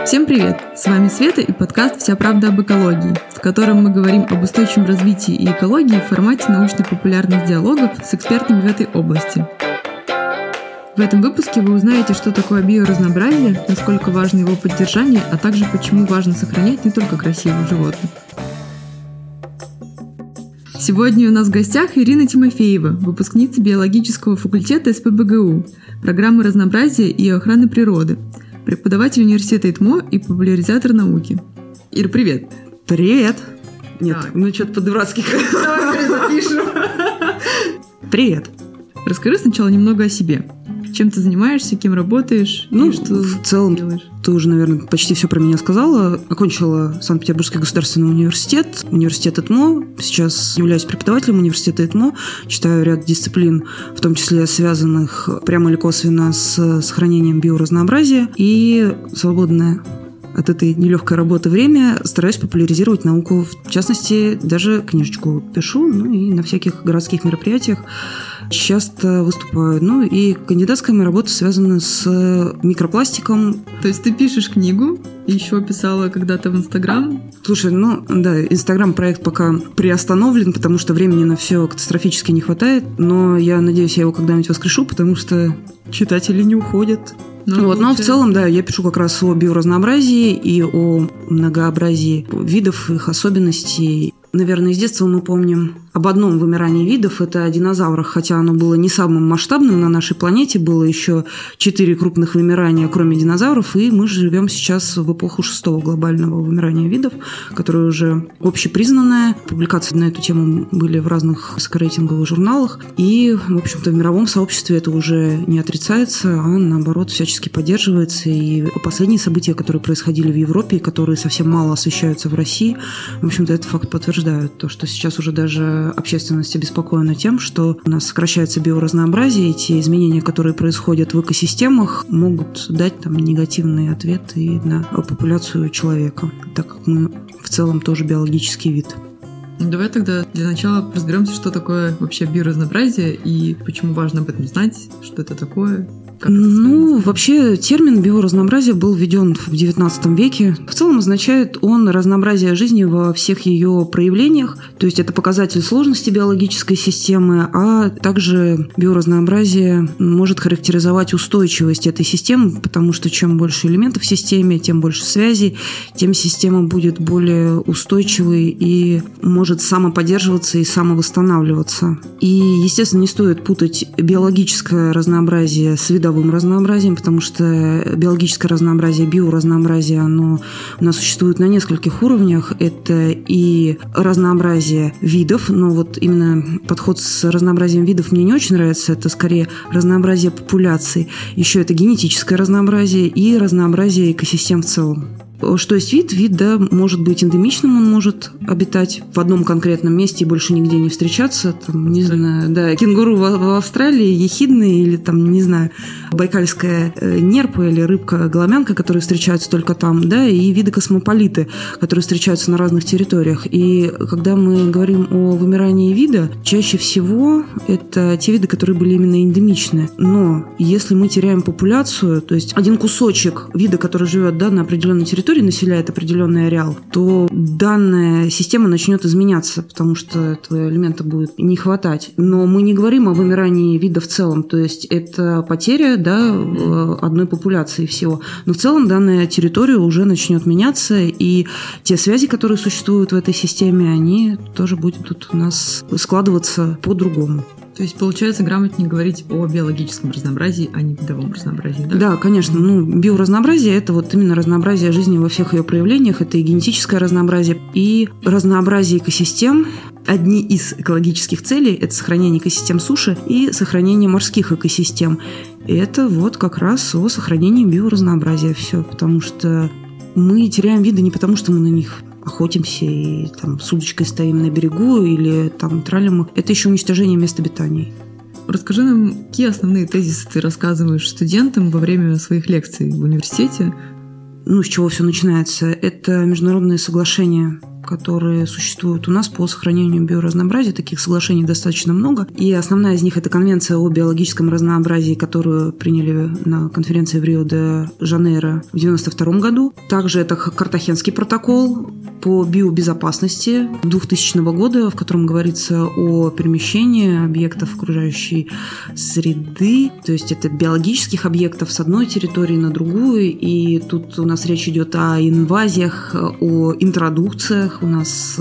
Всем привет! С вами Света и подкаст «Вся правда об экологии», в котором мы говорим об устойчивом развитии и экологии в формате научно-популярных диалогов с экспертами в этой области. В этом выпуске вы узнаете, что такое биоразнообразие, насколько важно его поддержание, а также почему важно сохранять не только красивых животных. Сегодня у нас в гостях Ирина Тимофеева, выпускница биологического факультета СПбГУ, программы разнообразия и охраны природы, преподаватель университета ИТМО и популяризатор науки. Ир, привет! Привет! Нет, Так. ну что-то по-дурацки. Давай запишем. Привет! Расскажи сначала немного о себе. Чем ты занимаешься, кем работаешь? Ну, и что в целом, делаешь? ты уже, наверное, почти все про меня сказала. Окончила Санкт-Петербургский государственный университет, университет ИТМО. Сейчас являюсь преподавателем университета ИТМО. Читаю ряд дисциплин, в том числе связанных прямо или косвенно с сохранением биоразнообразия. И свободное от этой нелегкой работы время стараюсь популяризировать науку. В частности, даже книжечку пишу, ну и на всяких городских мероприятиях часто выступаю. Ну и кандидатская моя работа связана с микропластиком. То есть ты пишешь книгу, и еще писала когда-то в Инстаграм. Слушай, ну да, Инстаграм-проект пока приостановлен, потому что времени на все катастрофически не хватает, но я надеюсь, я его когда-нибудь воскрешу, потому что читатели не уходят. Но в целом, да, я пишу как раз о биоразнообразии и о многообразии видов, их особенностей. Наверное, из детства мы помним об одном вымирании видов – это о динозаврах, хотя оно было не самым масштабным на нашей планете, было еще 4 крупных вымирания, кроме динозавров, и мы живем сейчас в эпоху 6-го глобального вымирания видов, которое уже общепризнанное. Публикации на эту тему были в разных высокорейтинговых журналах, и, в общем-то, в мировом сообществе это уже не отрицается, а наоборот всячески поддерживается, и последние события, которые происходили в Европе, и которые совсем мало освещаются в России, в общем-то, этот факт подтверждают, то, что сейчас уже даже общественность обеспокоена тем, что у нас сокращается биоразнообразие, и те изменения, которые происходят в экосистемах, могут дать там негативный ответ и на популяцию человека, так как мы в целом тоже биологический вид. Давай тогда для начала разберемся, что такое вообще биоразнообразие и почему важно об этом знать, что это такое. Вообще термин биоразнообразие был введен в XIX веке. В целом означает он разнообразие жизни во всех ее проявлениях, то есть это показатель сложности биологической системы, а также биоразнообразие может характеризовать устойчивость этой системы, потому что чем больше элементов в системе, тем больше связей, тем система будет более устойчивой и может самоподдерживаться и самовосстанавливаться. И, естественно, не стоит путать биологическое разнообразие с видовым разнообразием, потому что биологическое разнообразие, биоразнообразие, оно у нас существует на нескольких уровнях. Это и разнообразие видов, но вот именно подход с разнообразием видов мне не очень нравится, это скорее разнообразие популяций. Еще это генетическое разнообразие и разнообразие экосистем в целом. Что есть вид? Вид, да, может быть эндемичным, он может обитать в одном конкретном месте и больше нигде не встречаться. Там, не знаю, да, кенгуру в Австралии, ехидные или там, не знаю, байкальская нерпа или рыбка-голомянка, которые встречаются только там, да, и виды космополиты, которые встречаются на разных территориях. И когда мы говорим о вымирании вида, чаще всего это те виды, которые были именно эндемичны. Но если мы теряем популяцию, то есть один кусочек вида, который живет, да, на определенной территории, населяет определенный ареал, то данная система начнет изменяться, потому что этого элемента будет не хватать. Но мы не говорим о вымирании вида в целом, то есть это потеря, да, одной популяции всего. Но в целом данная территория уже начнет меняться, и те связи, которые существуют в этой системе, они тоже будут у нас складываться по-другому. То есть, получается, грамотнее говорить о биологическом разнообразии, а не видовом разнообразии, да? Да, конечно. Биоразнообразие – это вот именно разнообразие жизни во всех ее проявлениях. Это и генетическое разнообразие, и разнообразие экосистем. Одни из экологических целей – это сохранение экосистем суши и сохранение морских экосистем. И это вот как раз о сохранении биоразнообразия все, потому что мы теряем виды не потому, что мы на них охотимся и там с удочкой стоим на берегу или там тралим. Это еще уничтожение мест обитания. Расскажи нам, какие основные тезисы ты рассказываешь студентам во время своих лекций в университете? С чего все начинается? Это международные соглашения, которые существуют у нас по сохранению биоразнообразия. Таких соглашений достаточно много. И основная из них – это Конвенция о биологическом разнообразии, которую приняли на конференции в Рио-де-Жанейро в 1992 году. Также это Картахенский протокол по биобезопасности 2000 года, в котором говорится о перемещении объектов окружающей среды, то есть это биологических объектов с одной территории на другую, и тут у нас речь идет о инвазиях, о интродукциях, у нас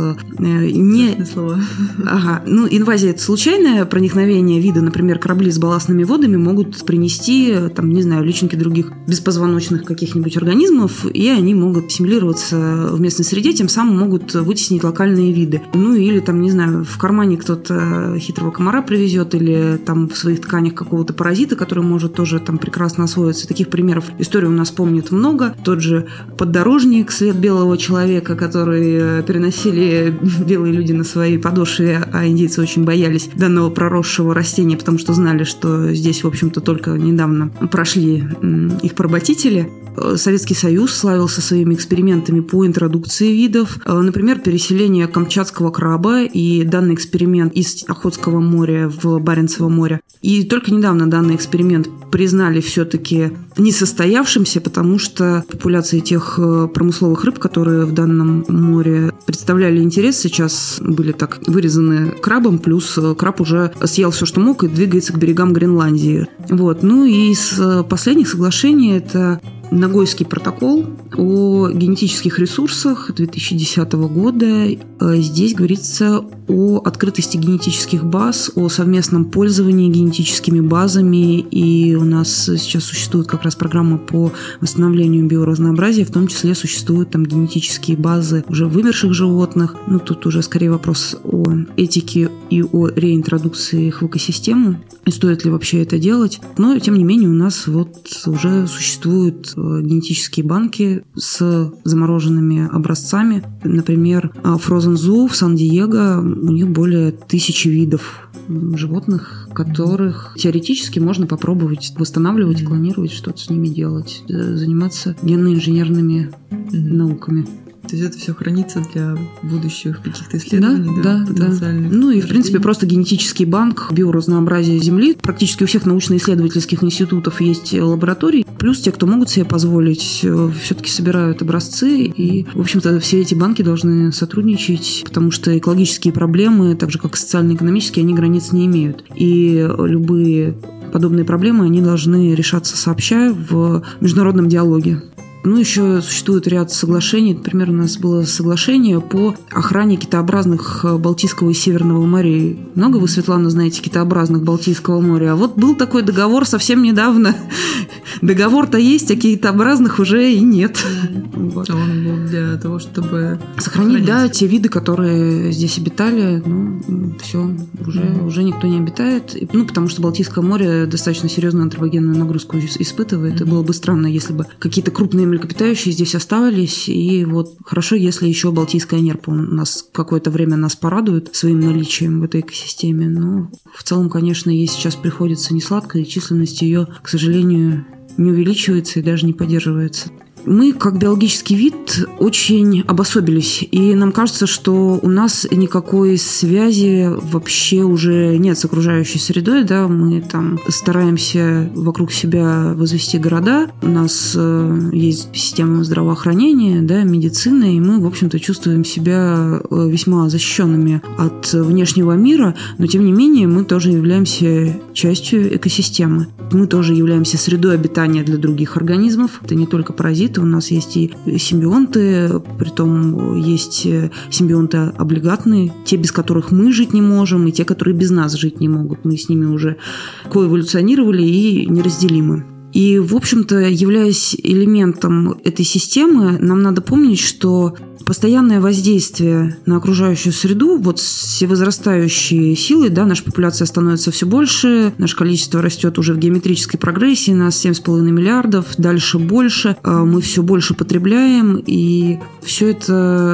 не... слова. Ага. Ну, инвазия – это случайное проникновение вида, например, корабли с балластными водами могут принести, там, не знаю, личинки других беспозвоночных каких-нибудь организмов, и они могут ассимилироваться в местной среде, тем самым могут вытеснить локальные виды. Ну, или там, не знаю, в кармане кто-то хитрого комара привезет, или там в своих тканях какого-то паразита, который может тоже там прекрасно освоиться. Таких примеров история у нас помнит много. Тот же поддорожник, след белого человека, который переносили белые люди на своей подошве, а индейцы очень боялись данного проросшего растения, потому что знали, что здесь, в общем-то, только недавно прошли их поработители. Советский Союз славился своими экспериментами по интродукции видов. Например, переселение камчатского краба, и данный эксперимент из Охотского моря в Баренцево море. И только недавно данный эксперимент признали все-таки несостоявшимся, потому что популяции тех промысловых рыб, которые в данном море представляли интерес, сейчас были так вырезаны крабом, плюс краб уже съел все, что мог, и двигается к берегам Гренландии. Вот. Ну и из последних соглашений это Нагойский протокол о генетических ресурсах 2010 года. Здесь говорится о открытости генетических баз, о совместном пользовании генетическими базами. И у нас сейчас существует как раз программа по восстановлению биоразнообразия, в том числе существуют там генетические базы уже вымерших животных. Ну, тут уже скорее вопрос о этике и о реинтродукции их в экосистему. И стоит ли вообще это делать. Но, тем не менее, у нас вот уже существуют генетические банки с замороженными образцами. Например, Frozen Zoo в Сан-Диего, у них более 1000 видов животных, которых теоретически можно попробовать восстанавливать, клонировать, что-то с ними делать, заниматься генно-инженерными науками. То есть это все хранится для будущих каких-то исследований, Да. потенциальных. Ну и, в принципе, просто генетический банк биоразнообразия Земли. Практически у всех научно-исследовательских институтов есть лаборатории. Плюс те, кто могут себе позволить, все-таки собирают образцы. И, в общем-то, все эти банки должны сотрудничать, потому что экологические проблемы, так же как и социально-экономические, они границ не имеют. И любые подобные проблемы, они должны решаться сообща в международном диалоге. Ну, еще существует ряд соглашений. Например, у нас было соглашение по охране китообразных Балтийского и Северного морей. Много вы, Светлана, знаете китообразных Балтийского моря? А вот был такой договор совсем недавно. Договор-то есть, а китообразных уже и нет. Вот. А он был для того, чтобы сохранить, да, те виды, которые здесь обитали. Ну, все, уже никто не обитает. Ну, потому что Балтийское море достаточно серьезную антропогенную нагрузку испытывает. И было бы странно, если бы какие-то крупные млекопитающие здесь оставались. И вот хорошо, если еще Балтийская нерпа у нас какое-то время нас порадует своим наличием в этой экосистеме. Но в целом, конечно, ей сейчас приходится несладко, и численность ее, к сожалению, не увеличивается и даже не поддерживается. Мы, как биологический вид, очень обособились, и нам кажется, что у нас никакой связи вообще уже нет с окружающей средой, да, мы там стараемся вокруг себя возвести города, у нас есть система здравоохранения, да, медицина, и мы, в общем-то, чувствуем себя весьма защищенными от внешнего мира, но, тем не менее, мы тоже являемся частью экосистемы. Мы тоже являемся средой обитания для других организмов, это не только паразиты, у нас есть и симбионты, притом есть симбионты облигатные, те, без которых мы жить не можем, и те, которые без нас жить не могут. Мы с ними уже коэволюционировали и неразделимы. И, в общем-то, являясь элементом этой системы, нам надо помнить, что постоянное воздействие на окружающую среду, вот с возрастающей силой, да, наша популяция становится все больше, наше количество растет уже в геометрической прогрессии, нас 7,5 миллиардов, дальше больше, мы все больше потребляем, и все это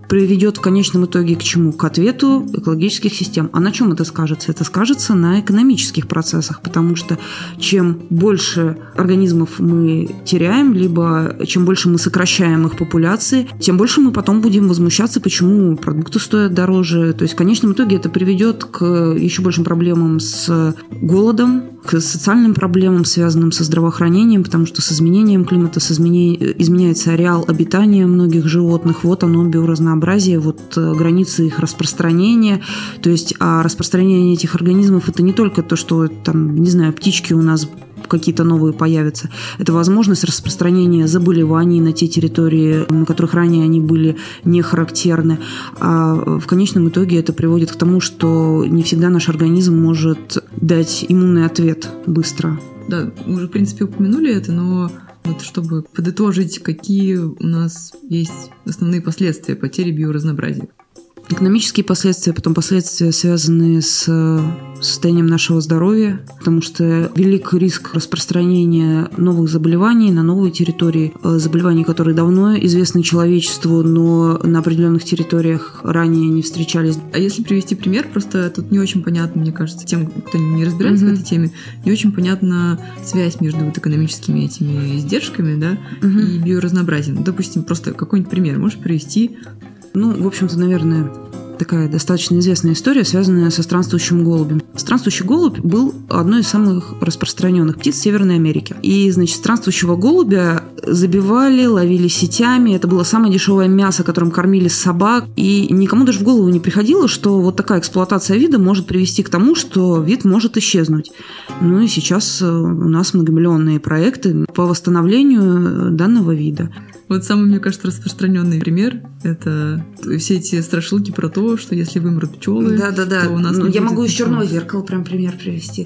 приведет в конечном итоге к чему? К ответу экологических систем. А на чем это скажется? Это скажется на экономических процессах, потому что чем больше организмов мы теряем, либо чем больше мы сокращаем их популяции, тем больше мы потом будем возмущаться, почему продукты стоят дороже. То есть в конечном итоге это приведет к еще большим проблемам с голодом, к социальным проблемам, связанным со здравоохранением, потому что с изменением климата изменяется ареал обитания многих животных. Вот оно, биоразнообразие, вот границы их распространения. То есть, а распространение этих организмов – это не только то, что, там, не знаю, птички у нас какие-то новые появятся. Это возможность распространения заболеваний на те территории, на которых ранее они были не характерны. А в конечном итоге это приводит к тому, что не всегда наш организм может дать иммунный ответ быстро. Да, мы уже, в принципе, упомянули это, но вот чтобы подытожить, какие у нас есть основные последствия потери биоразнообразия. Экономические последствия, потом последствия, связанные с состоянием нашего здоровья, потому что велик риск распространения новых заболеваний на новые территории, заболеваний, которые давно известны человечеству, но на определенных территориях ранее не встречались. А если привести пример, просто тут не очень понятно, мне кажется, тем, кто не разбирается в этой теме, не очень понятна связь между вот экономическими этими издержками, да, и биоразнообразием. Допустим, просто какой-нибудь пример можешь привести? Ну, в общем-то, наверное, такая достаточно известная история, связанная со странствующим голубем. Странствующий голубь был одной из самых распространенных птиц Северной Америки. И, значит, странствующего голубя забивали, ловили сетями. Это было самое дешевое мясо, которым кормили собак. И никому даже в голову не приходило, что вот такая эксплуатация вида может привести к тому, что вид может исчезнуть. Ну и сейчас у нас многомиллионные проекты по восстановлению данного вида. Вот самый, мне кажется, распространенный пример – это все эти страшилки про то, что если вымрут пчелы, то у нас не будет. Я могу из «Черного зеркала» прям пример привести.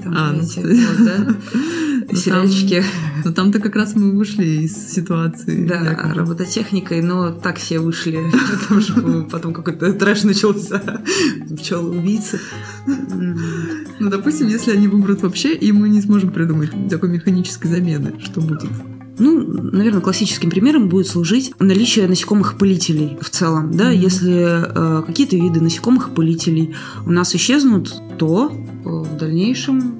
Сериальчики. Но там-то как раз мы вышли из ситуации. Да, робототехникой, но так все вышли. Потому что потом какой-то трэш начался. Пчелы-убийцы. Ну, допустим, если они вымрут вообще, и мы не сможем придумать такой механической замены, что будет? Ну, наверное, классическим примером будет служить наличие насекомых-пылителей в целом. Да? Если какие-то виды насекомых-пылителей у нас исчезнут, то в дальнейшем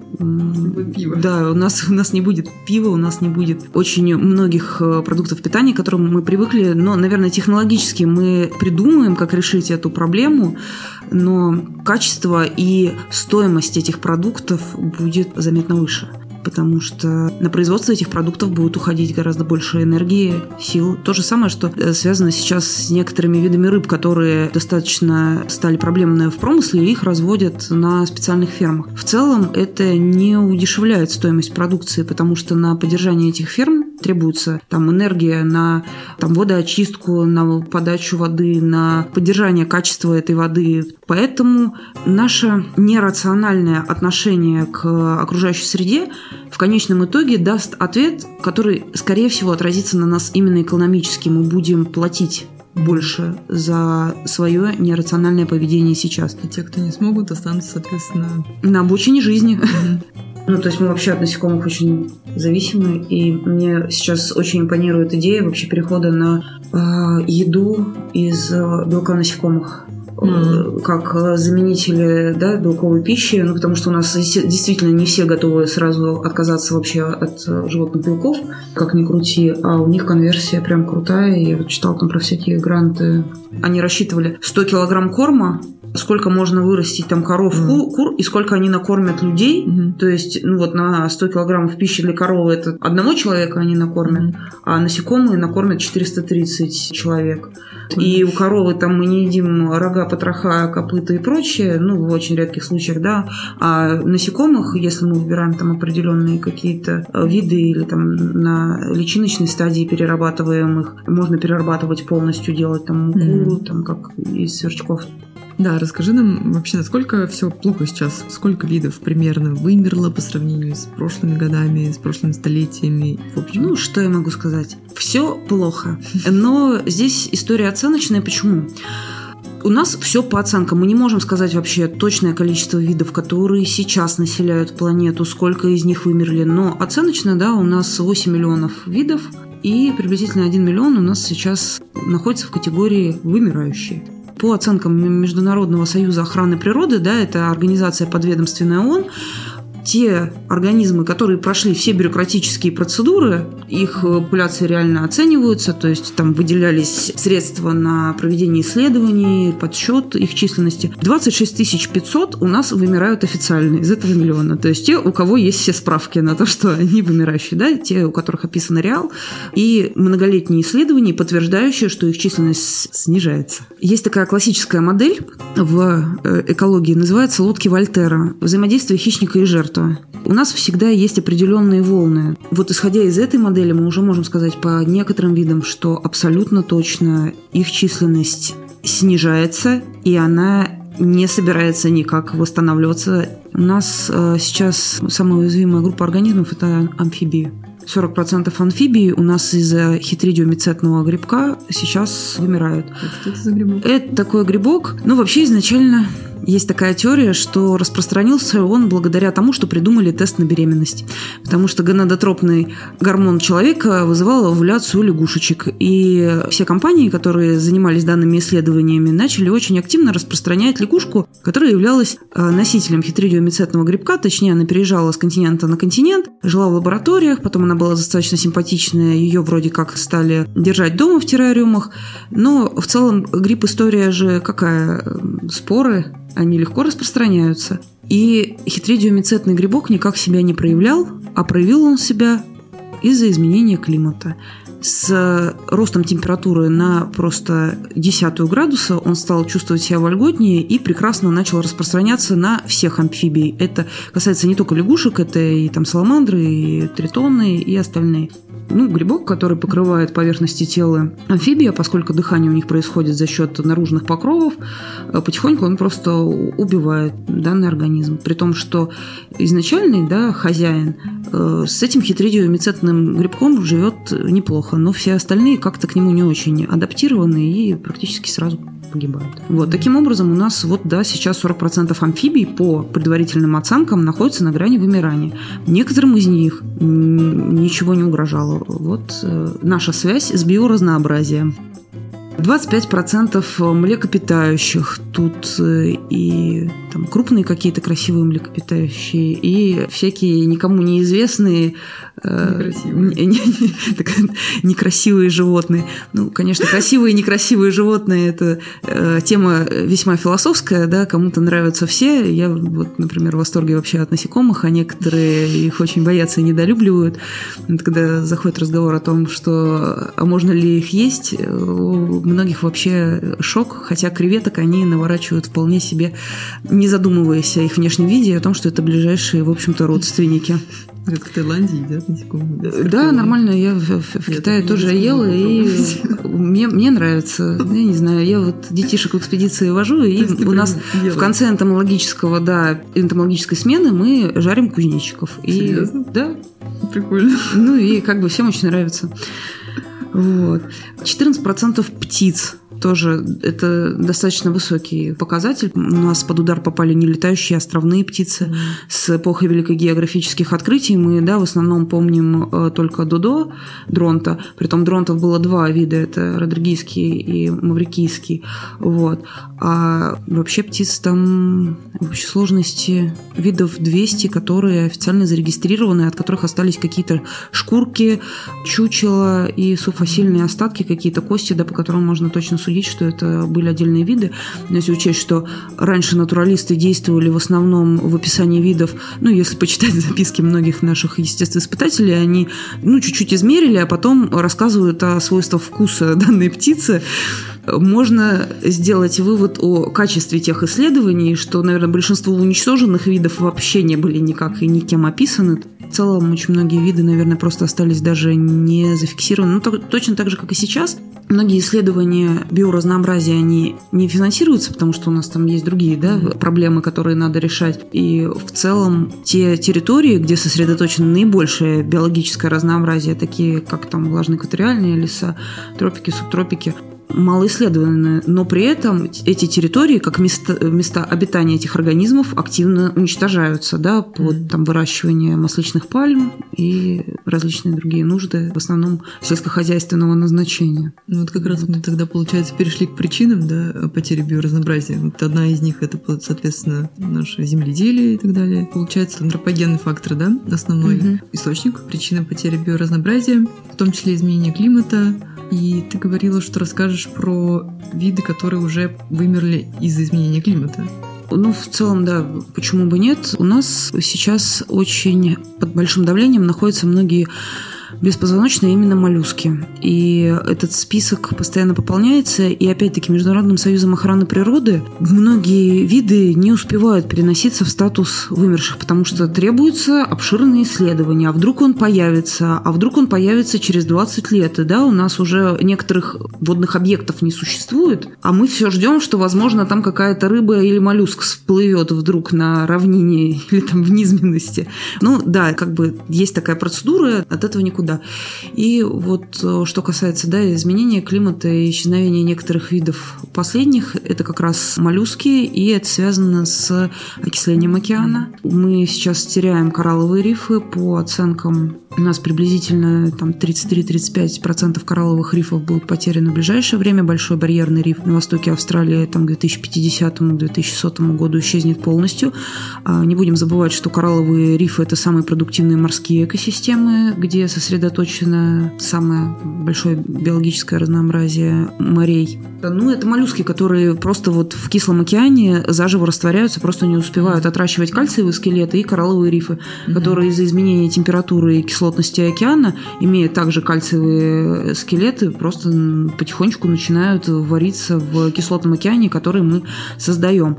да, у нас не будет пива, у нас не будет очень многих продуктов питания, к которым мы привыкли. Но, наверное, технологически мы придумаем, как решить эту проблему, но качество и стоимость этих продуктов будет заметно выше. Потому что на производство этих продуктов будет уходить гораздо больше энергии, сил. То же самое, что связано сейчас с некоторыми видами рыб, которые достаточно стали проблемными в промысле, и их разводят на специальных фермах. В целом это не удешевляет стоимость продукции, потому что на поддержание этих ферм требуется там энергия на водоочистку, на подачу воды, на поддержание качества этой воды. Поэтому наше нерациональное отношение к окружающей среде в конечном итоге даст ответ, который, скорее всего, отразится на нас именно экономически. Мы будем платить больше за свое нерациональное поведение сейчас. И те, кто не смогут, останутся, соответственно, на обочине жизни. Ну, то есть мы вообще от насекомых очень зависимы, и мне сейчас очень импонирует идея вообще перехода на еду из белка насекомых. Как заменители, да, белковой пищи, ну, потому что у нас действительно не все готовы сразу отказаться вообще от животных белков, как ни крути, а у них конверсия прям крутая. Я вот читала там про всякие гранты. Они рассчитывали 100 килограмм корма, сколько можно вырастить там коров, кур, и сколько они накормят людей. То есть, ну вот на 100 килограммов пищи для коровы это одного человека они накормят, а насекомые накормят 430 человек. И у коровы там мы не едим рога, потроха, копыта и прочее, ну, в очень редких случаях, да. А насекомых, если мы выбираем там определенные какие-то виды или там на личиночной стадии перерабатываем их, можно перерабатывать полностью, делать там муку, там как из сверчков. Да, расскажи нам вообще, насколько все плохо сейчас, сколько видов примерно вымерло по сравнению с прошлыми годами, с прошлыми столетиями, в общем. Ну, что я могу сказать? Все плохо. Но здесь история оценочная. Почему? У нас все по оценкам. Мы не можем сказать вообще точное количество видов, которые сейчас населяют планету, сколько из них вымерли. Но оценочно, да, у нас 8 миллионов видов. и приблизительно 1 миллион у нас сейчас находится в категории «вымирающие». По оценкам Международного союза охраны природы, да, это организация подведомственная ООН, те организмы, которые прошли все бюрократические процедуры, их популяции реально оцениваются, то есть там выделялись средства на проведение исследований, подсчет их численности. 26 500 у нас вымирают официально из этого миллиона. То есть те, у кого есть все справки на то, что они вымирающие, да, те, у которых описан реал, и многолетние исследования, подтверждающие, что их численность снижается. Есть такая классическая модель в экологии, называется лодки Вольтера. Взаимодействие хищника и жертвы. У нас всегда есть определенные волны. Вот исходя из этой модели, мы уже можем сказать по некоторым видам, что абсолютно точно их численность снижается, и она не собирается никак восстанавливаться. У нас сейчас самая уязвимая группа организмов – это амфибии. 40% амфибий у нас из-за хитридиомицетного грибка сейчас вымирают. Что это за грибок? Это такой грибок. Вообще изначально есть такая теория, что распространился он благодаря тому, что придумали тест на беременность. Потому что гонадотропный гормон человека вызывал овуляцию у лягушечек. И все компании, которые занимались данными исследованиями, начали очень активно распространять лягушку, которая являлась носителем хитридиомицетного грибка. Точнее, она переезжала с континента на континент, жила в лабораториях, потом она была достаточно симпатичная, ее вроде как стали держать дома в террариумах. Но в целом гриб-история же какая? Споры, они легко распространяются. И хитридиомицетный грибок никак себя не проявлял, а проявил он себя из-за изменения климата. С ростом температуры на просто 10 градуса он стал чувствовать себя вольготнее и прекрасно начал распространяться на всех амфибий. Это касается не только лягушек, это и там саламандры, и тритоны, и остальные. Грибок, который покрывает поверхности тела амфибии, поскольку дыхание у них происходит за счет наружных покровов, потихоньку он просто убивает данный организм. При том, что изначальный, да, хозяин с этим хитридиомицетным грибком живет неплохо, но все остальные как-то к нему не очень адаптированы и практически сразу погибают. Таким образом, у нас сейчас 40% амфибий по предварительным оценкам находятся на грани вымирания. Некоторым из них ничего не угрожало. Наша связь с биоразнообразием. 25% млекопитающих. Тут и там крупные какие-то красивые млекопитающие, и всякие никому неизвестные некрасивые животные. Конечно, красивые и некрасивые животные – это тема весьма философская, да, кому-то нравятся все. Я, например, в восторге вообще от насекомых, а некоторые их очень боятся и недолюбливают. Когда заходит разговор о том, что а можно ли их есть, у многих вообще шок, хотя креветок они наворачивают вполне себе, не задумываясь о их внешнем виде, о том, что это ближайшие, в общем-то, родственники. Как в Таиланде едят насекомых. Да, нормально. Я в Китае тоже ела, и мне нравится. Я не знаю, я детишек в экспедиции вожу, и у нас в конце энтомологической смены мы жарим кузнечиков. Серьезно? Да. Прикольно. И всем очень нравится. 14% птиц. Тоже это достаточно высокий показатель. У нас под удар попали нелетающие островные птицы. С эпохи великих географических открытий мы, в основном помним только додо, дронта. Притом дронтов было два вида, это родригийский и маврикийский. А вообще птиц там в общей сложности видов 200, которые официально зарегистрированы, от которых остались какие-то шкурки, чучела и субфасильные остатки, какие-то кости, по которым можно точно судить, что это были отдельные виды. Но если учесть, что раньше натуралисты действовали в основном в описании видов, если почитать записки многих наших естествоиспытателей, они чуть-чуть измерили, а потом рассказывают о свойствах вкуса данной птицы, можно сделать вывод о качестве тех исследований, что, наверное, большинство уничтоженных видов вообще не были никак и никем описаны. В целом, очень многие виды, наверное, просто остались даже не зафиксированы. Точно так же, как и сейчас. Многие исследования биоразнообразия, они не финансируются, потому что у нас там есть другие проблемы, которые надо решать. И в целом те территории, где сосредоточено наибольшее биологическое разнообразие, такие как там влажно-экваториальные леса, тропики, субтропики, малоисследованные, но при этом эти территории, как места обитания этих организмов, активно уничтожаются, да, под там, выращивание масличных пальм и различные другие нужды, в основном сельскохозяйственного назначения. Ну вот как раз мы тогда, получается, перешли к причинам, да, потери биоразнообразия. Вот одна из них — это, соответственно, наше земледелие и так далее. Получается, антропогенный фактор, да, основной источник причины потери биоразнообразия, в том числе изменение климата. И ты говорила, что расскажешь про виды, которые уже вымерли из-за изменения климата. Ну, в целом, да, почему бы нет. У нас сейчас очень под большим давлением находятся многие беспозвоночные именно моллюски. И этот список постоянно пополняется. И опять-таки Международным союзом охраны природы многие виды не успевают переноситься в статус вымерших, потому что требуются обширные исследования. А вдруг он появится? А вдруг он появится через 20 лет? И да, у нас уже некоторых водных объектов не существует, а мы все ждем, что, возможно, там какая-то рыба или моллюск всплывет вдруг на равнине или там в низменности. Ну да, как бы есть такая процедура, от этого никуда. И вот что касается, да, изменения климата и исчезновения некоторых видов последних, это как раз моллюски, и это связано с окислением океана. Мы сейчас теряем коралловые рифы. По оценкам, у нас приблизительно там 33-35% коралловых рифов будут потеряны в ближайшее время. Большой барьерный риф на востоке Австралии там, к 2050-2100 году исчезнет полностью. Не будем забывать, что коралловые рифы – это самые продуктивные морские экосистемы, где сосредоточено самое большое биологическое разнообразие морей. Ну, это моллюски, которые просто вот в кислом океане заживо растворяются, просто не успевают отращивать кальциевые скелеты, и коралловые рифы, которые из-за изменения температуры и кислотности океана, имея также кальциевые скелеты, просто потихонечку начинают вариться в кислотном океане, который мы создаем.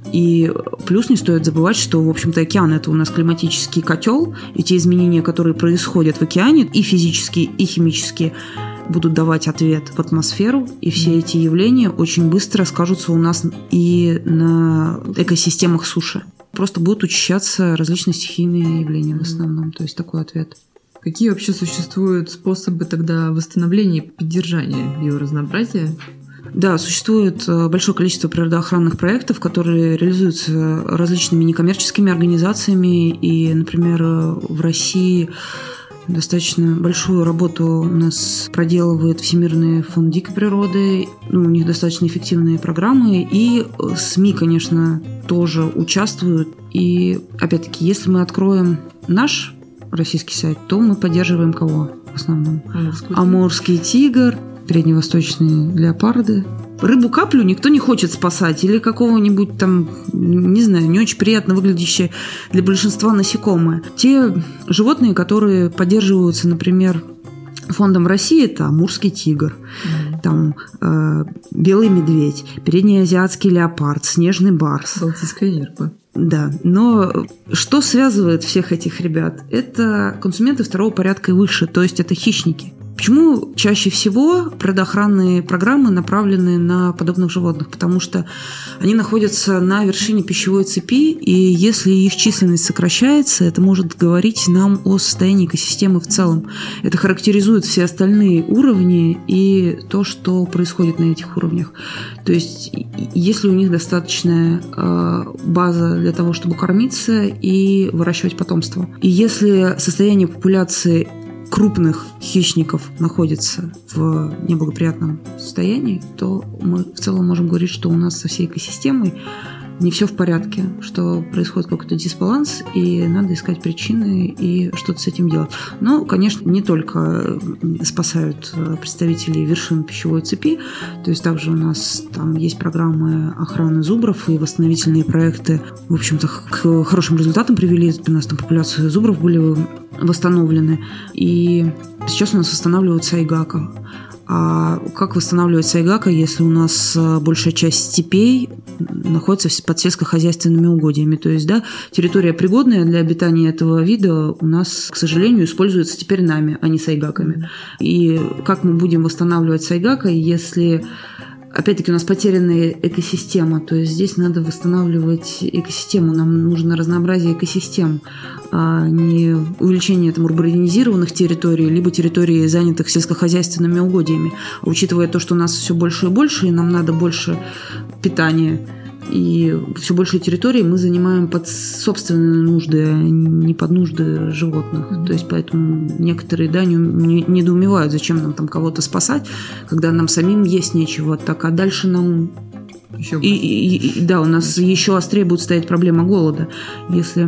И плюс не стоит забывать, что, в общем-то, океан – это у нас климатический котел, и те изменения, которые происходят в океане, и физические, и химические, будут давать ответ в атмосферу, и все эти явления очень быстро скажутся у нас и на экосистемах суши. Просто будут учащаться различные стихийные явления в основном, то есть такой ответ. Какие вообще существуют способы тогда восстановления и поддержания биоразнообразия? Да, существует большое количество природоохранных проектов, которые реализуются различными некоммерческими организациями. И, например, в России достаточно большую работу у нас проделывает Всемирный фонд дикой природы. У них достаточно эффективные программы. И СМИ, конечно, тоже участвуют. И, опять-таки, если мы откроем наш российский сайт, то мы поддерживаем кого в основном? Амурский тигр, передневосточные леопарды. Рыбу-каплю никто не хочет спасать. Или какого-нибудь там, не знаю, не очень приятно выглядящее для большинства насекомое. Те животные, которые поддерживаются, например, фондом России, это амурский тигр, там белый медведь, переднеазиатский леопард, снежный барс. Балтийская нерпа. Да, но что связывает всех этих ребят? Это консументы второго порядка и выше, то есть это хищники. Почему чаще всего природоохранные программы направлены на подобных животных? Потому что они находятся на вершине пищевой цепи, и если их численность сокращается, это может говорить нам о состоянии экосистемы в целом. Это характеризует все остальные уровни и то, что происходит на этих уровнях. То есть, если у них достаточная база для того, чтобы кормиться и выращивать потомство. И если состояние популяции крупных хищников находится в неблагоприятном состоянии, то мы в целом можем говорить, что у нас со всей экосистемой не все в порядке, что происходит какой-то дисбаланс, и надо искать причины и что-то с этим делать. Но, конечно, не только спасают представители вершин пищевой цепи, то есть также у нас там есть программы охраны зубров и восстановительные проекты, в общем-то, к хорошим результатам привели. У нас там популяции зубров были восстановлены, и сейчас у нас восстанавливают сайгака. А как восстанавливать сайгака, если у нас большая часть степей находится под сельскохозяйственными угодьями? То есть, да, территория, пригодная для обитания этого вида, у нас, к сожалению, используется теперь нами, а не сайгаками. И как мы будем восстанавливать сайгака, если опять-таки у нас потерянная экосистема, то есть здесь надо восстанавливать экосистему, нам нужно разнообразие экосистем, а не увеличение там урбанизированных территорий, либо территорий, занятых сельскохозяйственными угодьями. А учитывая то, что у нас все больше и больше, и нам надо больше питания, и все больше территорий мы занимаем под собственные нужды, а не под нужды животных. То есть поэтому некоторые недоумевают, зачем нам там кого-то спасать, когда нам самим есть нечего. Так, а дальше нам... у нас еще острее будет стоять проблема голода, если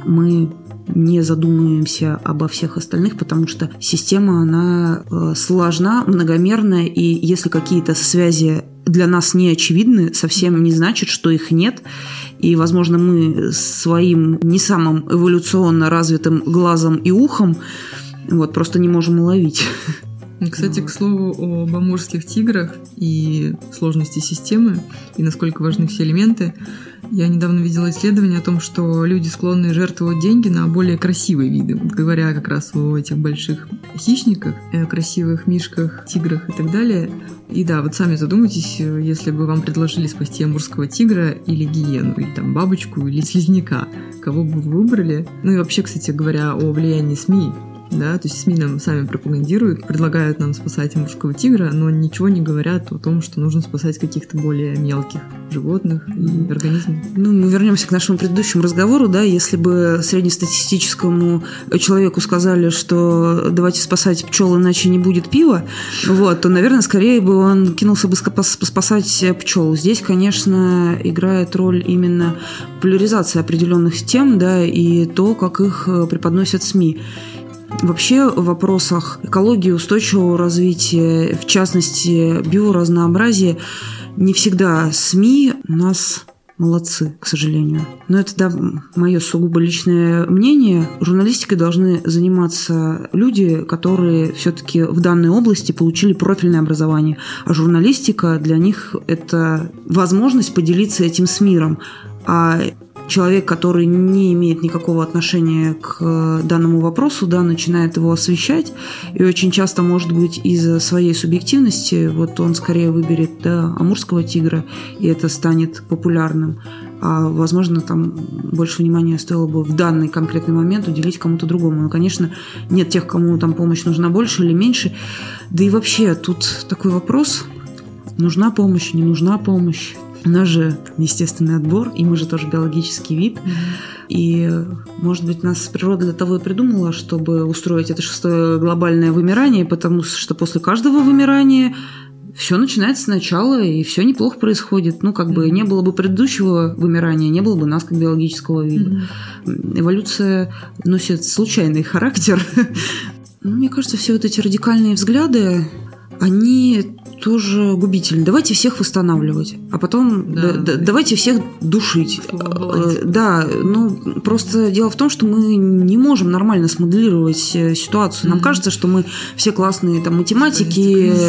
мы не задумываемся обо всех остальных, потому что система, она сложна, многомерная, и если какие-то связи для нас не очевидны, совсем не значит, что их нет. И, возможно, мы своим не самым эволюционно развитым глазом и ухом просто не можем уловить. Кстати, к слову об амурских тиграх и сложности системы, и насколько важны все элементы, я недавно видела исследование о том, что люди склонны жертвовать деньги на более красивые виды. Говоря как раз о этих больших хищниках, красивых мишках, тиграх и так далее. И да, вот сами задумайтесь, если бы вам предложили спасти амурского тигра или гиену, или там бабочку, или слизняка, кого бы вы выбрали? Ну и вообще, кстати говоря, о влиянии СМИ. Да, то есть СМИ нам сами пропагандируют, предлагают нам спасать амурского тигра, но ничего не говорят о том, что нужно спасать каких-то более мелких животных и организмов. Ну, мы вернемся к нашему предыдущему разговору, да, если бы среднестатистическому человеку сказали, что давайте спасать пчел, иначе не будет пива, то, наверное, скорее бы он кинулся бы спасать пчел. Здесь, конечно, играет роль именно популяризация определенных тем, да, и то, как их преподносят СМИ. Вообще в вопросах экологии, устойчивого развития, в частности биоразнообразия, не всегда СМИ у нас молодцы, к сожалению. Но это, да, мое сугубо личное мнение. Журналистикой должны заниматься люди, которые все-таки в данной области получили профильное образование. А журналистика для них – это возможность поделиться этим с миром. А человек, который не имеет никакого отношения к данному вопросу, да, начинает его освещать, и очень часто, может быть, из-за своей субъективности, он скорее выберет, да, амурского тигра, и это станет популярным. А, возможно, там больше внимания стоило бы в данный конкретный момент уделить кому-то другому. Но, конечно, нет тех, кому там помощь нужна больше или меньше. Да и вообще, тут такой вопрос: нужна помощь, не нужна помощь. У нас же естественный отбор, и мы же тоже биологический вид. И, может быть, нас природа для того и придумала, чтобы устроить это 6-е глобальное вымирание, потому что после каждого вымирания все начинается сначала, и все неплохо происходит. Не было бы предыдущего вымирания, не было бы нас как биологического вида. Эволюция носит случайный характер. Мне кажется, все эти радикальные взгляды, они тоже губительны. Давайте всех восстанавливать, а потом давайте всех душить. Да, просто дело в том, что мы не можем нормально смоделировать ситуацию. Нам кажется, что мы все классные там математики,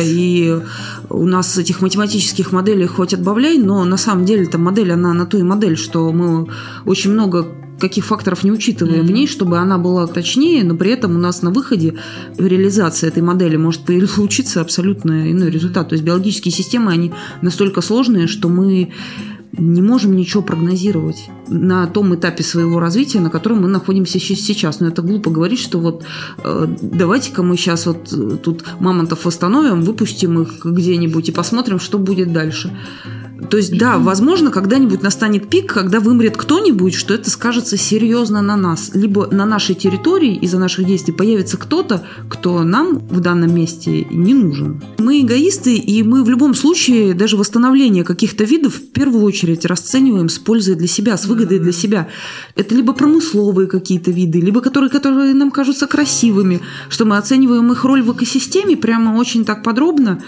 и у нас этих математических моделей хоть отбавляй, но на самом деле там модель, она на то и модель, что мы очень много каких факторов не учитываем в ней, чтобы она была точнее, но при этом у нас на выходе в реализации этой модели может получиться абсолютно иной результат. То есть биологические системы, они настолько сложные, что мы не можем ничего прогнозировать на том этапе своего развития, на котором мы находимся сейчас. Но это глупо говорить, что давайте-ка мы сейчас тут мамонтов восстановим, выпустим их где-нибудь и посмотрим, что будет дальше. То есть, да, возможно, когда-нибудь настанет пик, когда вымрет кто-нибудь, что это скажется серьезно на нас. Либо на нашей территории из-за наших действий появится кто-то, кто нам в данном месте не нужен. Мы эгоисты, и мы в любом случае даже восстановление каких-то видов в первую очередь расцениваем с пользой для себя, с выгодой для себя. Это либо промысловые какие-то виды, либо которые нам кажутся красивыми, что мы оцениваем их роль в экосистеме прямо очень так подробно.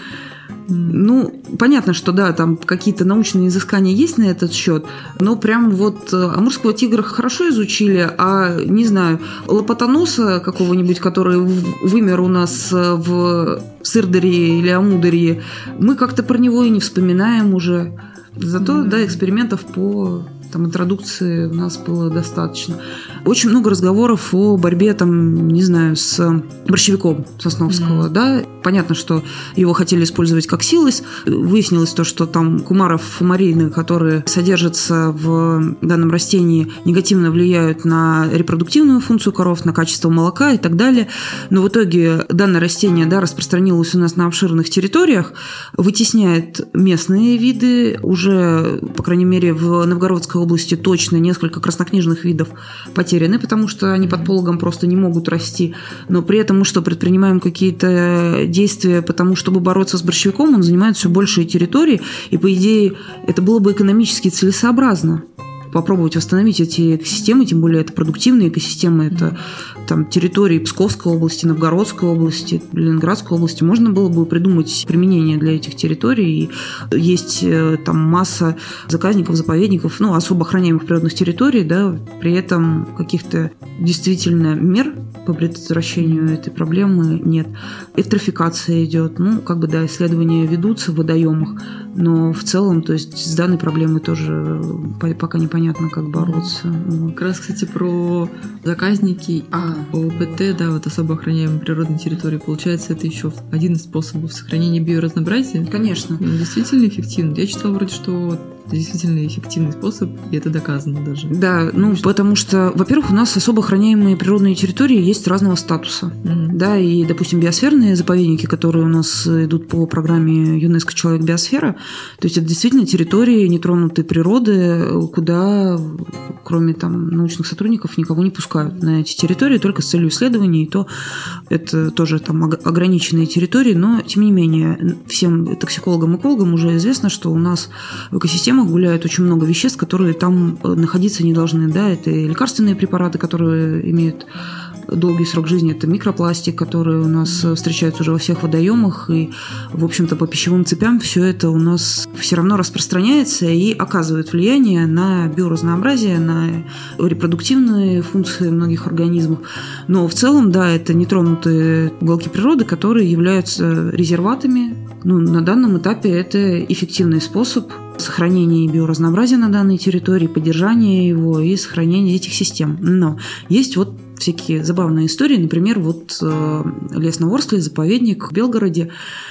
Понятно, что да, там какие-то научные изыскания есть на этот счет, но прям амурского тигра хорошо изучили, а, не знаю, лопатоноса какого-нибудь, который вымер у нас в Сырдарье или Амударье, мы как-то про него и не вспоминаем уже. Зато, да, экспериментов по там интродукции у нас было достаточно. Очень много разговоров о борьбе, там, не знаю, с борщевиком Сосновского, да. Понятно, что его хотели использовать как силос. Выяснилось то, что там кумаров фумарины, которые содержатся в данном растении, негативно влияют на репродуктивную функцию коров, на качество молока и так далее. Но в итоге данное растение, да, распространилось у нас на обширных территориях, вытесняет местные виды. Уже, по крайней мере, в Новгородской области точно несколько краснокнижных видов потеряны, потому что они под пологом просто не могут расти. Но при этом мы что, предпринимаем какие-то действия потому, чтобы бороться с борщевиком, он занимает все большие территории, и, по идее, это было бы экономически целесообразно попробовать восстановить эти экосистемы, тем более это продуктивные экосистемы, это там территории Псковской области, Новгородской области, Ленинградской области. Можно было бы придумать применение для этих территорий. И есть там масса заказников, заповедников, ну, особо охраняемых природных территорий, да, при этом каких-то действительно мер по предотвращению этой проблемы нет. Эвтрофикация идет, ну, как бы, да, исследования ведутся в водоемах, но в целом, то есть с данной проблемой тоже пока непонятно, как бороться. Как раз, кстати, про заказники, ОПТ, да, вот особо охраняемые природные территории, получается, это еще один из способов сохранения биоразнообразия. Конечно. Он действительно эффективен. Я читала вроде, что это действительно эффективный способ, и это доказано даже. Да, ну, потому что, во-первых, у нас особо охраняемые природные территории есть разного статуса. Да, и, допустим, биосферные заповедники, которые у нас идут по программе ЮНЕСКО «Человек-биосфера», то есть это действительно территории нетронутой природы, куда, кроме там научных сотрудников, никого не пускают на эти территории, только с целью исследований, и то это тоже там ограниченные территории, но, тем не менее, всем токсикологам и экологам уже известно, что у нас в экосистемах гуляют очень много веществ, которые там находиться не должны. Да? Это и лекарственные препараты, которые имеют долгий срок жизни, это микропластик, который у нас встречается уже во всех водоемах, и, в общем-то, по пищевым цепям все это у нас все равно распространяется и оказывает влияние на биоразнообразие, на репродуктивные функции многих организмов. Но в целом, да, это нетронутые уголки природы, которые являются резерватами. Ну, на данном этапе это эффективный способ сохранения биоразнообразия на данной территории, поддержания его и сохранения этих систем. Но есть вот всякие забавные истории. Например, вот лес на Ворскле, заповедник в Белгороде.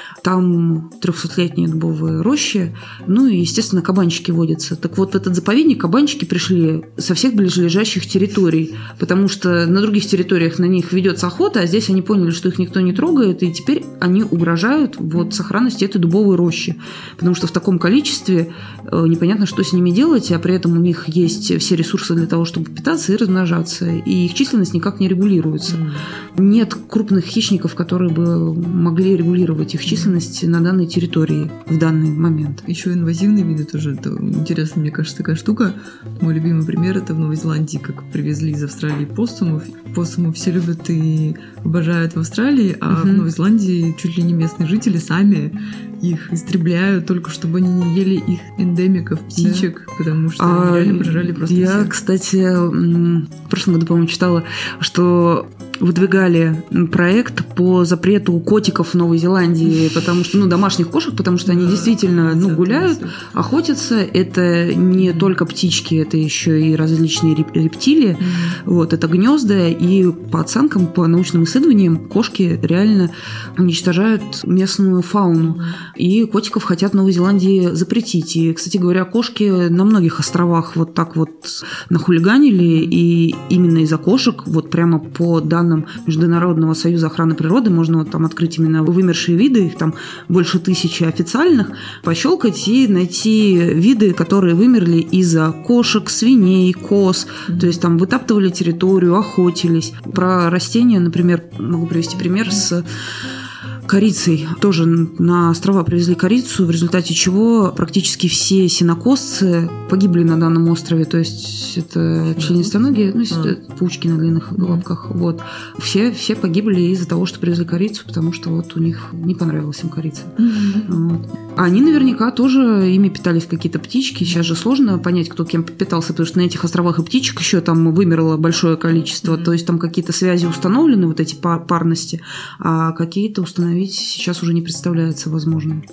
Там 300-летние дубовые рощи, ну и, естественно, кабанчики водятся. Так вот, в этот заповедник кабанчики пришли со всех ближайших территорий, потому что на других территориях на них ведется охота, а здесь они поняли, что их никто не трогает, и теперь они угрожают вот сохранности этой дубовой рощи, потому что в таком количестве непонятно, что с ними делать, а при этом у них есть все ресурсы для того, чтобы питаться и размножаться, и их численность никак не регулируется. Нет крупных хищников, которые бы могли регулировать их численность на данной территории в данный момент. Еще инвазивные виды тоже. Это интересно, мне кажется, такая штука. Мой любимый пример — это в Новой Зеландии, как привезли из Австралии поссумов. Поссумов все любят и обожают в Австралии, а в Новой Зеландии чуть ли не местные жители сами их истребляют, только чтобы они не ели их эндемиков, птичек, да. Потому что они реально пожирали просто Я, всех. Кстати, в прошлом году, по-моему, читала, что выдвигали проект по запрету котиков в Новой Зеландии, потому что, домашних кошек, потому что они действительно, гуляют, охотятся. Это не только птички, это еще и различные рептилии. Вот, это гнезда, и по оценкам, по научным исследованиям, кошки реально уничтожают местную фауну. И котиков хотят в Новой Зеландии запретить. И, кстати говоря, кошки на многих островах вот так вот нахулиганили, и именно из-за кошек, вот прямо по данным Международного союза охраны природы, можно вот там открыть именно вымершие виды, их там больше 1000 официальных, пощелкать и найти виды, которые вымерли из-за кошек, свиней, коз, то есть там вытаптывали территорию, охотились. Про растения, например, могу привести пример с корицей. Тоже на острова привезли корицу, в результате чего практически все сенокосцы погибли на данном острове. То есть это членистоногие, паучки на длинных лапках. Вот. Все погибли из-за того, что привезли корицу, потому что вот у них не понравилась им корица. Вот. А они наверняка тоже ими питались какие-то птички. Сейчас же сложно понять, кто кем питался, потому что на этих островах и птичек еще там вымерло большое количество. То есть там какие-то связи установлены, вот эти парности, а какие-то установить сейчас уже не представляется возможным.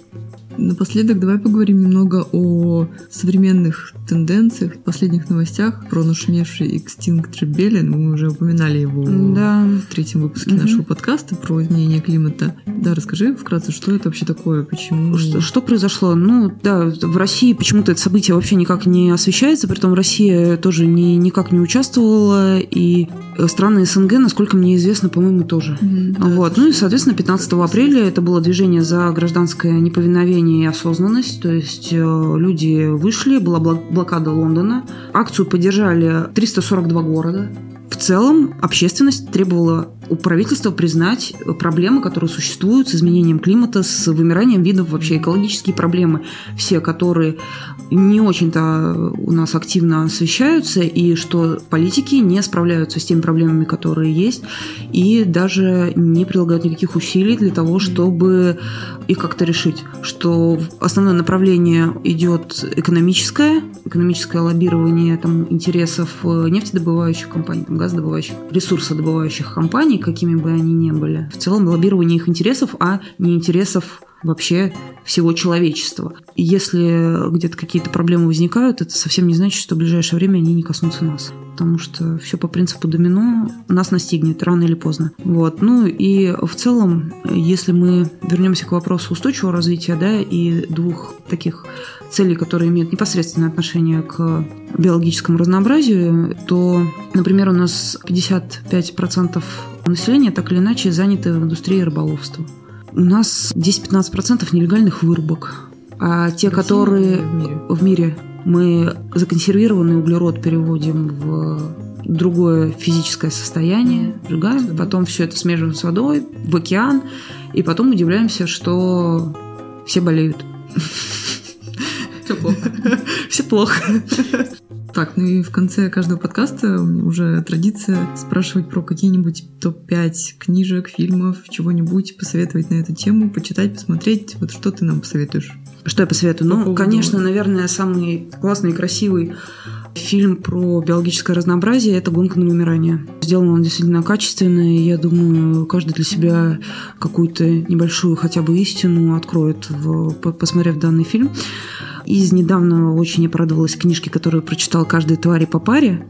Напоследок давай поговорим немного о современных тенденциях, последних новостях про нашумевший Extinct Rebellion. Мы уже упоминали его в третьем выпуске нашего подкаста про изменение климата. Да, расскажи вкратце, что это вообще такое, почему... Что произошло? В России почему-то это событие вообще никак не освещается, притом Россия тоже никак не участвовала, и страны СНГ, насколько мне известно, по-моему, тоже. И, соответственно, 15 апреля это было движение за гражданское неповиновение и осознанность, то есть люди вышли, была блокада Лондона, акцию поддержали 342 города. В целом общественность требовала у правительства признать проблемы, которые существуют с изменением климата, с вымиранием видов, вообще экологические проблемы, все, которые не очень-то у нас активно освещаются, и что политики не справляются с теми проблемами, которые есть, и даже не прилагают никаких усилий для того, чтобы их как-то решить. Что основное направление идет экономическое лоббирование интересов нефтедобывающих компаний, газодобывающих, ресурсодобывающих компаний, какими бы они ни были. В целом лоббирование их интересов, а не интересов вообще всего человечества. И если где-то какие-то проблемы возникают, это совсем не значит, что в ближайшее время они не коснутся нас. Потому что все по принципу домино нас настигнет рано или поздно. И в целом, если мы вернемся к вопросу устойчивого развития, и двух таких целей, которые имеют непосредственное отношение к биологическому разнообразию, то, например, у нас 55% населения так или иначе заняты в индустрии рыболовства. У нас 10-15% нелегальных вырубок. А те, которые в мире, мы законсервированный углерод переводим в другое физическое состояние, сжигаем, потом все это смешиваем с водой, в океан, и потом удивляемся, что все болеют. Все плохо. Все плохо. Так, и в конце каждого подкаста уже традиция спрашивать про какие-нибудь топ-5 книжек, фильмов, чего-нибудь, посоветовать на эту тему, почитать, посмотреть. Вот что ты нам посоветуешь? Что я посоветую? Конечно, наверное, самый классный и красивый фильм про биологическое разнообразие – это «Гонка на вымирание». Сделан он действительно качественно, и я думаю, каждый для себя какую-то небольшую хотя бы истину откроет, посмотрев данный фильм. Из недавно очень я порадовалась книжке, которую прочитал «Каждой твари по паре».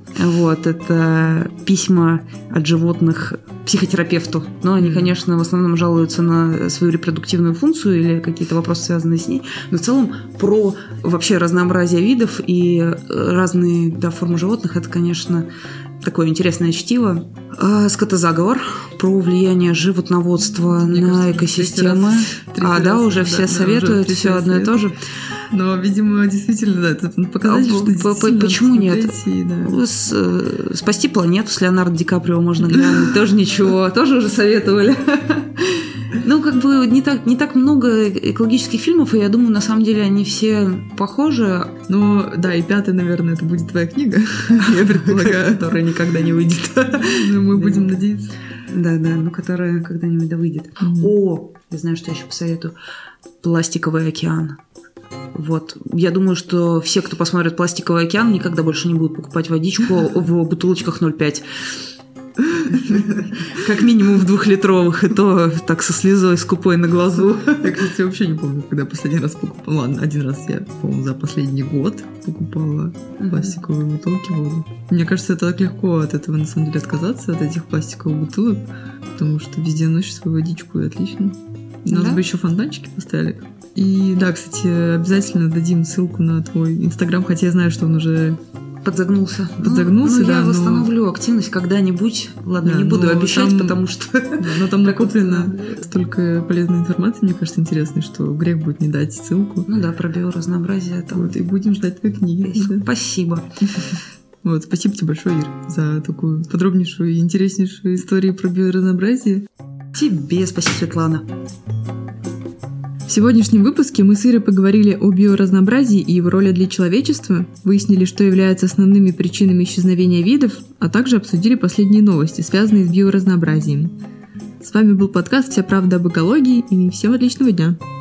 Это письма от животных психотерапевту. Но они, конечно, в основном жалуются на свою репродуктивную функцию или какие-то вопросы, связанные с ней. Но в целом про вообще разнообразие видов и разные формы животных – это, конечно, такое интересное чтиво. «Скотозаговор» про влияние животноводства на экосистемы. Уже все советуют, все одно и то же. Но, видимо, действительно, это показатель, что почему нет? «Спасти планету» с Леонардо Ди Каприо можно глянуть. Тоже ничего, тоже уже советовали. Не так много экологических фильмов, и я думаю, на самом деле они все похожи. И 5-й, наверное, это будет твоя книга, я предполагаю. Которая никогда не выйдет. Мы будем надеяться. Да, которая когда-нибудь выйдет. Я знаю, что я еще посоветую. «Пластиковый океан». Я думаю, что все, кто посмотрит «Пластиковый океан», никогда больше не будут покупать водичку в бутылочках 0,5. Как минимум в 2-литровых, и то так со слезой скупой на глазу. Я, кстати, вообще не помню, когда последний раз покупала. Ладно, один раз я, по-моему, за последний год покупала пластиковые бутылки воду. Мне кажется, это так легко от этого, на самом деле, отказаться, от этих пластиковых бутылок, потому что везде носишь свою водичку, и отлично. У нас бы еще фонтанчики поставили. И да, кстати, обязательно дадим ссылку на твой Инстаграм, хотя я знаю, что он уже подзагнулся. Я восстановлю активность когда-нибудь. Ладно, не буду обещать, потому что... Но там накоплено столько полезной информации, мне кажется, интересной, что грех будет не дать ссылку. Про биоразнообразие. И будем ждать твоей книги. Спасибо. Спасибо тебе большое, Ир, за такую подробнейшую и интереснейшую историю про биоразнообразие. Тебе спасибо, Светлана. В сегодняшнем выпуске мы с Ирой поговорили о биоразнообразии и его роли для человечества, выяснили, что является основными причинами исчезновения видов, а также обсудили последние новости, связанные с биоразнообразием. С вами был подкаст «Вся правда об экологии», и всем отличного дня!